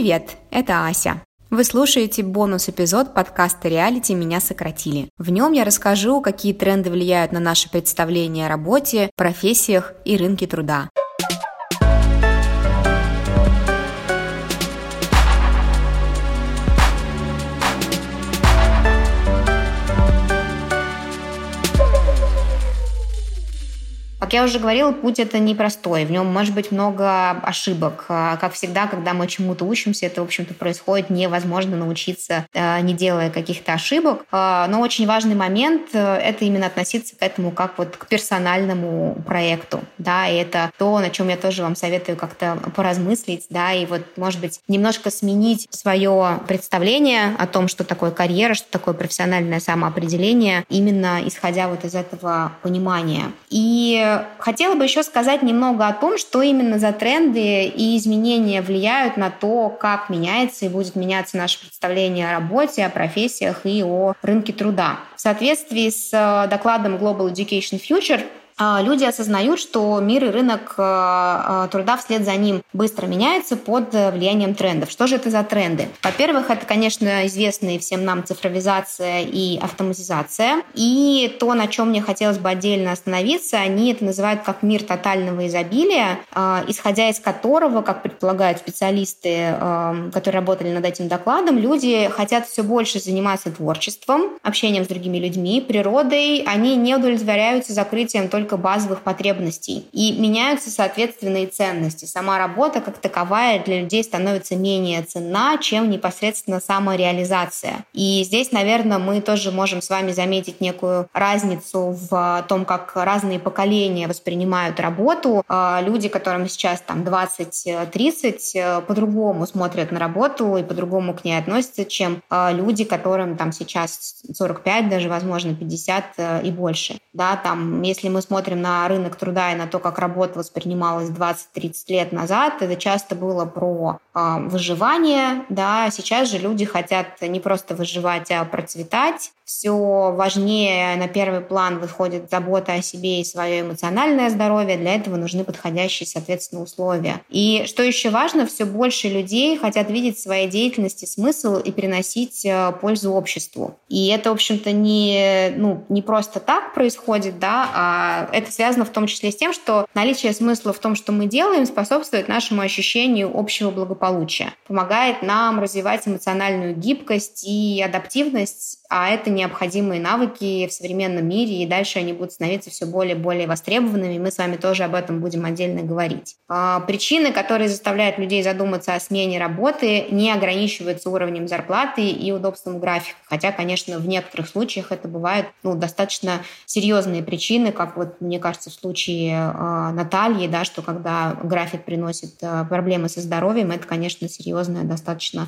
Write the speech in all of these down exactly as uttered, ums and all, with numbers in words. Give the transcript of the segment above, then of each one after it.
Привет, это Ася. Вы слушаете бонус-эпизод подкаста «Реалити. Меня сократили». В нем я расскажу, какие тренды влияют на наше представление о работе, профессиях и рынке труда. Как я уже говорила, путь это непростой, в нем может быть много ошибок. Как всегда, когда мы чему-то учимся, это, в общем-то, происходит невозможно научиться, не делая каких-то ошибок. Но очень важный момент — это именно относиться к этому как вот к персональному проекту. Да, и это то, на чем я тоже вам советую как-то поразмыслить, да, и вот, может быть, немножко сменить свое представление о том, что такое карьера, что такое профессиональное самоопределение, именно исходя вот из этого понимания. И хотела бы еще сказать немного о том, что именно за тренды и изменения влияют на то, как меняется и будет меняться наше представление о работе, о профессиях и о рынке труда. В соответствии с докладом Global Education Future люди осознают, что мир и рынок труда вслед за ним быстро меняются под влиянием трендов. Что же это за тренды? Во-первых, это, конечно, известные всем нам цифровизация и автоматизация. И то, на чем мне хотелось бы отдельно остановиться, они это называют как мир тотального изобилия, исходя из которого, как предполагают специалисты, которые работали над этим докладом, люди хотят все больше заниматься творчеством, общением с другими людьми, природой. Они не удовлетворяются закрытием только базовых потребностей. И меняются, соответственно, и ценности. Сама работа как таковая для людей становится менее ценна, чем непосредственно самореализация. И здесь, наверное, мы тоже можем с вами заметить некую разницу в том, как разные поколения воспринимают работу. Люди, которым сейчас там двадцать-тридцать, по-другому смотрят на работу и по-другому к ней относятся, чем люди, которым там сейчас сорок пять, даже, возможно, пятьдесят и больше. Да, там, если мы смотрим смотрим на рынок труда и на то, как работа воспринималась двадцать-тридцать лет назад, это часто было про э, выживание. Да? Сейчас же люди хотят не просто выживать, а процветать. Все важнее на первый план выходит забота о себе и свое эмоциональное здоровье. Для этого нужны подходящие, соответственно, условия. И что еще важно, все больше людей хотят видеть в своей деятельности смысл и приносить пользу обществу. И это, в общем-то, не, ну, не просто так происходит, да, а это связано в том числе с тем, что наличие смысла в том, что мы делаем, способствует нашему ощущению общего благополучия, помогает нам развивать эмоциональную гибкость и адаптивность, а это необходимые навыки в современном мире, и дальше они будут становиться все более и более востребованными, и мы с вами тоже об этом будем отдельно говорить. Причины, которые заставляют людей задуматься о смене работы, не ограничиваются уровнем зарплаты и удобством графика, хотя, конечно, в некоторых случаях это бывают ну, достаточно серьезные причины, как вот, мне кажется, в случае Натальи, да, что когда график приносит проблемы со здоровьем, это, конечно, серьезная достаточно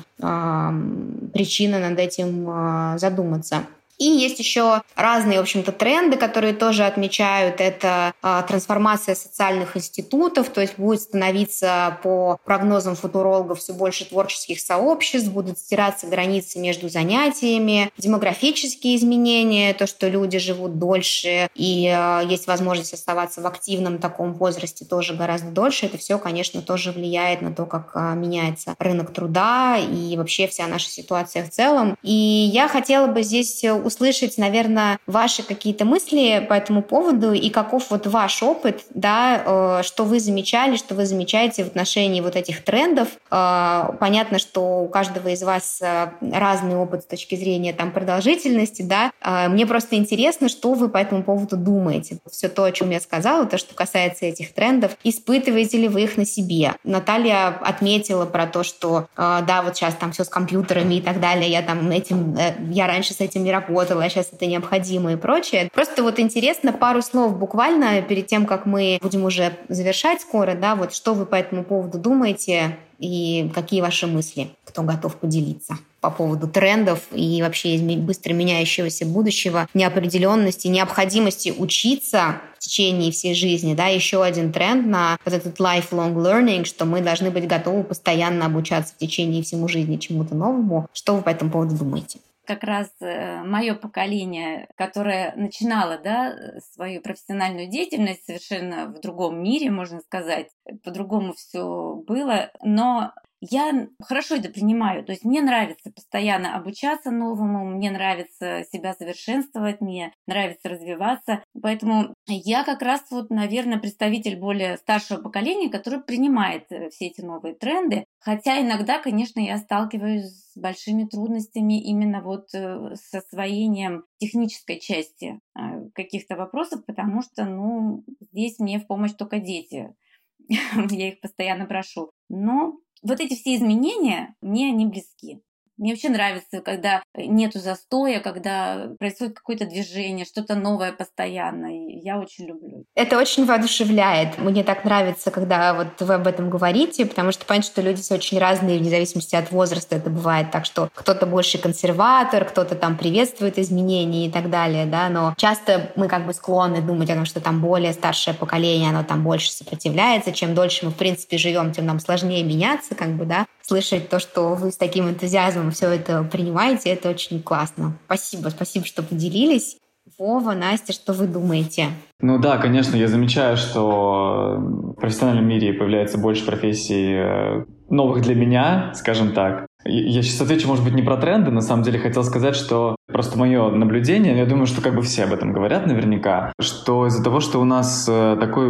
причина над этим задуматься. И есть еще разные, в общем-то, тренды, которые тоже отмечают. Это э, трансформация социальных институтов, то есть будет становиться по прогнозам футурологов все больше творческих сообществ, будут стираться границы между занятиями, демографические изменения, то, что люди живут дольше и э, есть возможность оставаться в активном таком возрасте тоже гораздо дольше. Это все, конечно, тоже влияет на то, как э, меняется рынок труда и вообще вся наша ситуация в целом. И я хотела бы здесь услышать, наверное, ваши какие-то мысли по этому поводу и каков вот ваш опыт, да, что вы замечали, что вы замечаете в отношении вот этих трендов. Понятно, что у каждого из вас разный опыт с точки зрения там продолжительности, да. Мне просто интересно, что вы по этому поводу думаете. Все то, о чем я сказала, то, что касается этих трендов, испытываете ли вы их на себе? Наталья отметила про то, что да, вот сейчас там все с компьютерами и так далее, я там этим, я раньше с этим не работала, а сейчас это необходимо и прочее. Просто вот интересно пару слов буквально перед тем, как мы будем уже завершать скоро, да, вот что вы по этому поводу думаете и какие ваши мысли, кто готов поделиться по поводу трендов и вообще быстро меняющегося будущего, неопределенности, необходимости учиться в течение всей жизни, да, еще один тренд на вот этот lifelong learning, что мы должны быть готовы постоянно обучаться в течение всему жизни чему-то новому. Что вы по этому поводу думаете? Как раз мое поколение, которое начинало, да, свою профессиональную деятельность совершенно в другом мире, можно сказать, по-другому все было, но я хорошо это принимаю. То есть мне нравится постоянно обучаться новому, мне нравится себя совершенствовать, мне нравится развиваться. Поэтому я как раз вот, наверное, представитель более старшего поколения, который принимает все эти новые тренды. Хотя иногда, конечно, я сталкиваюсь с большими трудностями именно вот с освоением технической части каких-то вопросов, потому что, ну, здесь мне в помощь только дети. Я их постоянно прошу. Но вот эти все изменения, мне они близки. Мне вообще нравится, когда нету застоя, когда происходит какое-то движение, что-то новое постоянно. И я очень люблю. Это очень воодушевляет. Мне так нравится, когда вот вы об этом говорите, потому что понятно, что люди очень разные, вне зависимости от возраста это бывает так, что кто-то больше консерватор, кто-то там приветствует изменения и так далее, да, но часто мы как бы склонны думать о том, что там более старшее поколение, оно там больше сопротивляется. Чем дольше мы, в принципе, живем, тем нам сложнее меняться, как бы, да. Слышать то, что вы с таким энтузиазмом все это принимаете, это очень классно. Спасибо, спасибо, что поделились. Вова, Настя, что вы думаете? Ну да, конечно, я замечаю, что в профессиональном мире появляется больше профессий новых для меня, скажем так. Я сейчас отвечу, может быть, не про тренды, на самом деле хотел сказать, что просто мое наблюдение, я думаю, что как бы все об этом говорят наверняка, что из-за того, что у нас такой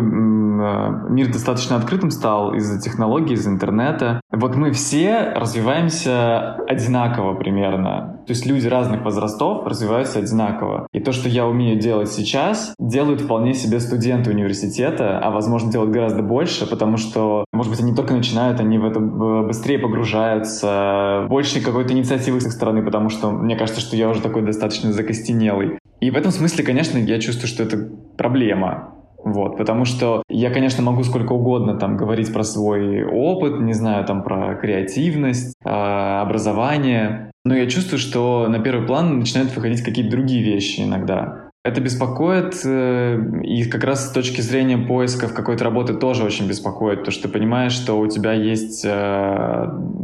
мир достаточно открытым стал из-за технологий, из-за интернета, вот мы все развиваемся одинаково примерно. То есть люди разных возрастов развиваются одинаково. И то, что я умею делать сейчас, делают вполне себе студенты университета, а возможно делают гораздо больше, потому что, может быть, они только начинают, они в это быстрее погружаются, больше какой-то инициативы с их стороны, потому что мне кажется, что я уже такой достаточно закостенелый. И в этом смысле, конечно, я чувствую, что это проблема. Вот, потому что я, конечно, могу сколько угодно там говорить про свой опыт, не знаю, там про креативность, э, образование, но я чувствую, что на первый план начинают выходить какие-то другие вещи иногда. Это беспокоит, э, и как раз с точки зрения поисков какой-то работы тоже очень беспокоит, потому что ты понимаешь, что у тебя есть э,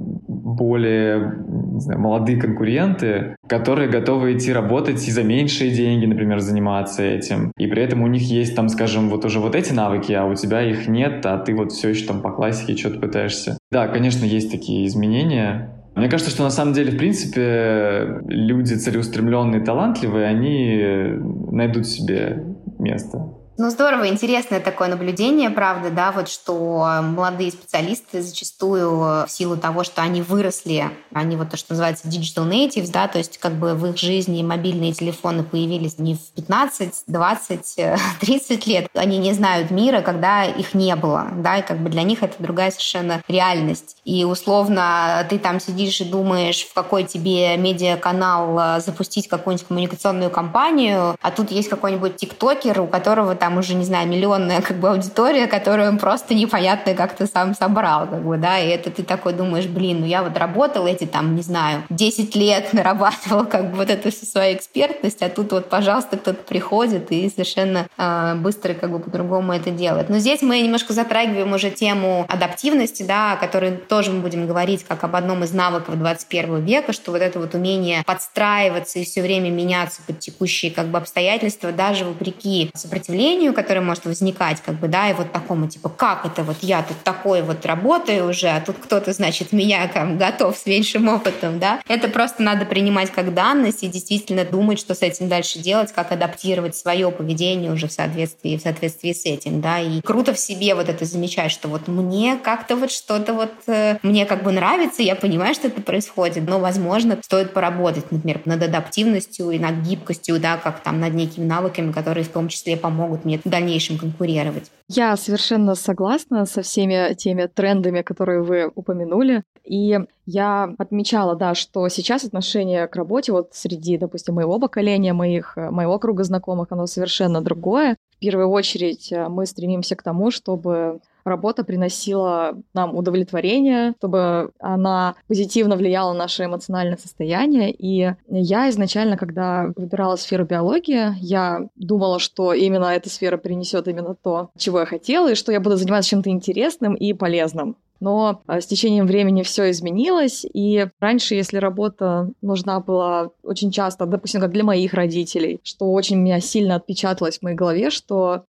более, не знаю, молодые конкуренты, которые готовы идти работать и за меньшие деньги, например, заниматься этим. И при этом у них есть там, скажем, вот уже вот эти навыки, а у тебя их нет, а ты вот все еще там по классике что-то пытаешься. Да, конечно, есть такие изменения. Мне кажется, что на самом деле, в принципе, люди целеустремленные, талантливые, они найдут себе место. Ну, здорово, интересное такое наблюдение, правда, да, вот что молодые специалисты зачастую в силу того, что они выросли, они вот то, что называется digital natives, да, то есть как бы в их жизни мобильные телефоны появились не в пятнадцать, двадцать, тридцать лет, они не знают мира, когда их не было, да, и как бы для них это другая совершенно реальность. И условно ты там сидишь и думаешь, в какой тебе медиаканал запустить какую-нибудь коммуникационную кампанию, а тут есть какой-нибудь тиктокер, у которого там уже, не знаю, миллионная как бы аудитория, которую просто непонятно, как ты сам собрал, как бы, да, и это ты такой думаешь, блин, ну я вот работал эти там, не знаю, десять лет нарабатывал как бы вот эту всю свою экспертность, а тут вот, пожалуйста, кто-то приходит и совершенно э, быстро как бы по-другому это делает. Но здесь мы немножко затрагиваем уже тему адаптивности, да, о которой тоже мы будем говорить как об одном из навыков двадцать первого века, что вот это вот умение подстраиваться и все время меняться под текущие как бы обстоятельства, даже вопреки сопротивлению, которое может возникать, как бы, да, и вот такому, типа, как это вот я тут такой вот работаю уже, а тут кто-то, значит, меня там готов с меньшим опытом, да. Это просто надо принимать как данность и действительно думать, что с этим дальше делать, как адаптировать свое поведение уже в соответствии, в соответствии с этим, да. И круто в себе вот это замечать, что вот мне как-то вот что-то вот, э, мне как бы нравится, я понимаю, что это происходит, но, возможно, стоит поработать, например, над адаптивностью и над гибкостью, да, как там над некими навыками, которые в том числе помогут мне в дальнейшем конкурировать. Я совершенно согласна со всеми теми трендами, которые вы упомянули. И я отмечала, да, что сейчас отношение к работе вот среди, допустим, моего поколения, моих, моего круга знакомых, оно совершенно другое. В первую очередь мы стремимся к тому, чтобы работа приносила нам удовлетворение, чтобы она позитивно влияла на наше эмоциональное состояние. И я изначально, когда выбирала сферу биологии, я думала, что именно эта сфера принесет именно то, чего я хотела, и что я буду заниматься чем-то интересным и полезным. Но с течением времени все изменилось, и раньше, если работа нужна была очень часто, допустим, как для моих родителей, что очень меня сильно отпечаталось в моей голове, что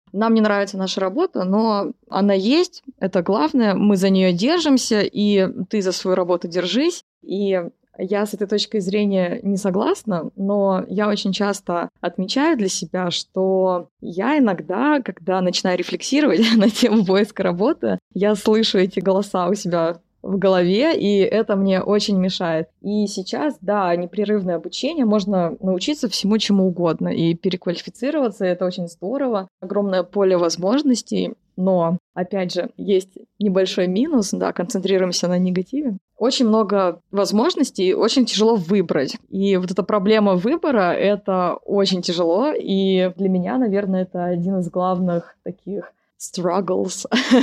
нам не нравится наша работа, но она есть, это главное, мы за нее держимся, и ты за свою работу держись. И я с этой точкой зрения не согласна, но я очень часто отмечаю для себя, что я иногда, когда начинаю рефлексировать на тему поиска работы, я слышу эти голоса у себя в голове, и это мне очень мешает. И сейчас, да, непрерывное обучение, можно научиться всему чему угодно и переквалифицироваться, это очень здорово, огромное поле возможностей, но, опять же, есть небольшой минус, да, концентрируемся на негативе. Очень много возможностей, очень тяжело выбрать. И вот эта проблема выбора, это очень тяжело, и для меня, наверное, это один из главных таких struggles.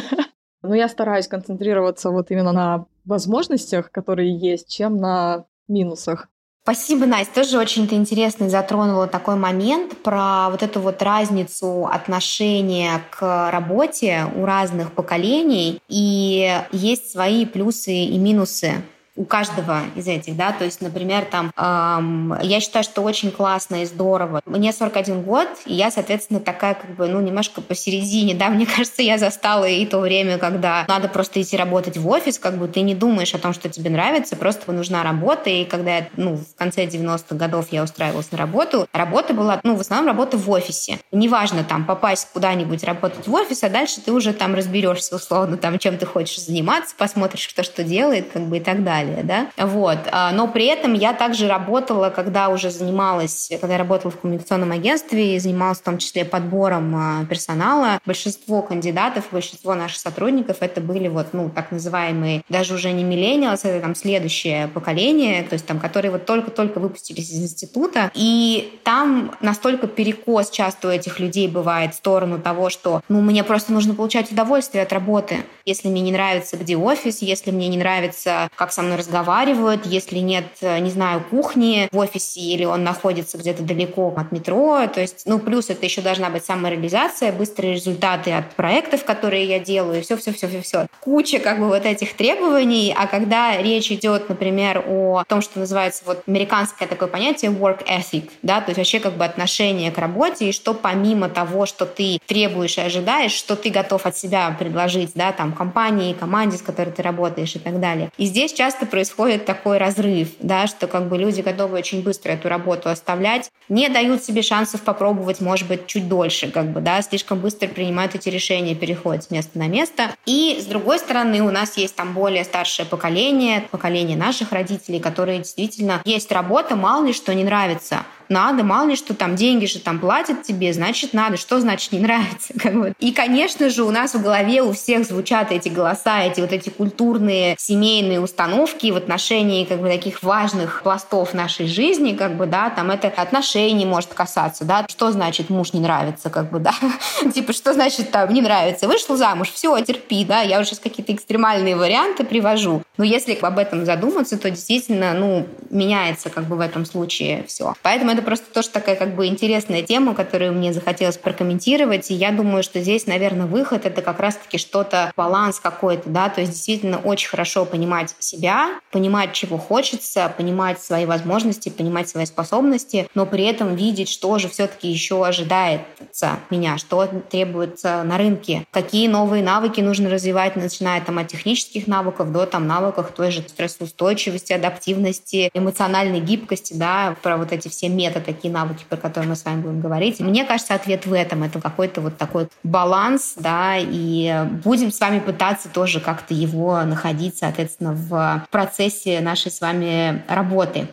Но я стараюсь концентрироваться вот именно на возможностях, которые есть, чем на минусах. Спасибо, Настя. Тоже очень интересно затронула такой момент про вот эту вот разницу отношения к работе у разных поколений. И есть свои плюсы и минусы у каждого из этих, да, то есть, например, там, эм, я считаю, что очень классно и здорово. Мне сорок один год, и я, соответственно, такая, как бы, ну, немножко посередине, да, мне кажется, я застала и то время, когда надо просто идти работать в офис, как бы ты не думаешь о том, что тебе нравится, просто нужна работа, и когда я, ну, в конце девяностых годов я устраивалась на работу, работа была, ну, в основном работа в офисе. Неважно, там, попасть куда-нибудь работать в офис, а дальше ты уже там разберешься, условно, там, чем ты хочешь заниматься, посмотришь, кто что делает, как бы, и так далее. Да? Вот. Но при этом я также работала, когда уже занималась, когда я работала в коммуникационном агентстве и занималась в том числе подбором персонала. Большинство кандидатов, большинство наших сотрудников это были вот, ну, так называемые, даже уже не миллениалс, это там следующее поколение, то есть там, которые вот только-только выпустились из института. И там настолько перекос часто у этих людей бывает в сторону того, что, ну, мне просто нужно получать удовольствие от работы. Если мне не нравится, где офис, если мне не нравится, как со мной разговаривают, если нет, не знаю, кухни в офисе или он находится где-то далеко от метро. То есть, ну, плюс это еще должна быть самореализация, быстрые результаты от проектов, которые я делаю, все-все-все-все-все. Куча как бы вот этих требований, а когда речь идет, например, о том, что называется вот американское такое понятие work ethic, да, то есть вообще как бы отношение к работе, и что помимо того, что ты требуешь и ожидаешь, что ты готов от себя предложить, да, там, компании, команде, с которой ты работаешь и так далее. И здесь часто происходит такой разрыв, да, что как бы люди готовы очень быстро эту работу оставлять, не дают себе шансов попробовать, может быть, чуть дольше, как бы, да, слишком быстро принимают эти решения, переходят с места на место. И, с другой стороны, у нас есть там более старшее поколение, поколение наших родителей, которые действительно есть работа, мало ли что не нравится. Надо, мало ли что там, деньги же там платят тебе, значит надо. Что значит не нравится? Как бы. И, конечно же, у нас в голове у всех звучат эти голоса, эти вот эти культурные семейные установки в отношении как бы таких важных пластов нашей жизни, как бы, да, там это отношений может касаться, да, что значит муж не нравится, как бы, да, типа, что значит там не нравится? Вышла замуж, все, терпи, да, я уже сейчас какие-то экстремальные варианты привожу. Но если об этом задуматься, то действительно, ну, меняется как бы в этом случае все. Поэтому это просто тоже такая как бы интересная тема, которую мне захотелось прокомментировать. И я думаю, что здесь, наверное, выход — это как раз-таки что-то, баланс какой-то, да, то есть действительно очень хорошо понимать себя, понимать, чего хочется, понимать свои возможности, понимать свои способности, но при этом видеть, что же все-таки еще ожидается меня, что требуется на рынке, какие новые навыки нужно развивать, начиная там от технических навыков до там навыков той же стрессоустойчивости, адаптивности, эмоциональной гибкости, да, про вот эти все методы, такие навыки, про которые мы с вами будем говорить. Мне кажется, ответ в этом. Это какой-то вот такой баланс, да, и будем с вами пытаться тоже как-то его находить, соответственно, в процессе нашей с вами работы.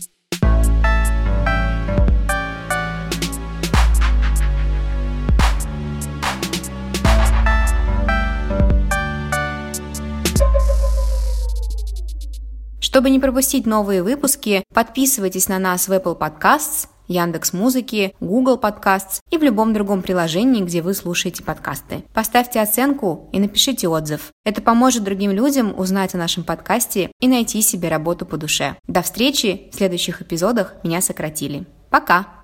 Чтобы не пропустить новые выпуски, подписывайтесь на нас в Apple Podcasts, Яндекс.Музыки, Google Podcasts и в любом другом приложении, где вы слушаете подкасты. Поставьте оценку и напишите отзыв. Это поможет другим людям узнать о нашем подкасте и найти себе работу по душе. До встречи в следующих эпизодах «Меня сократили». Пока!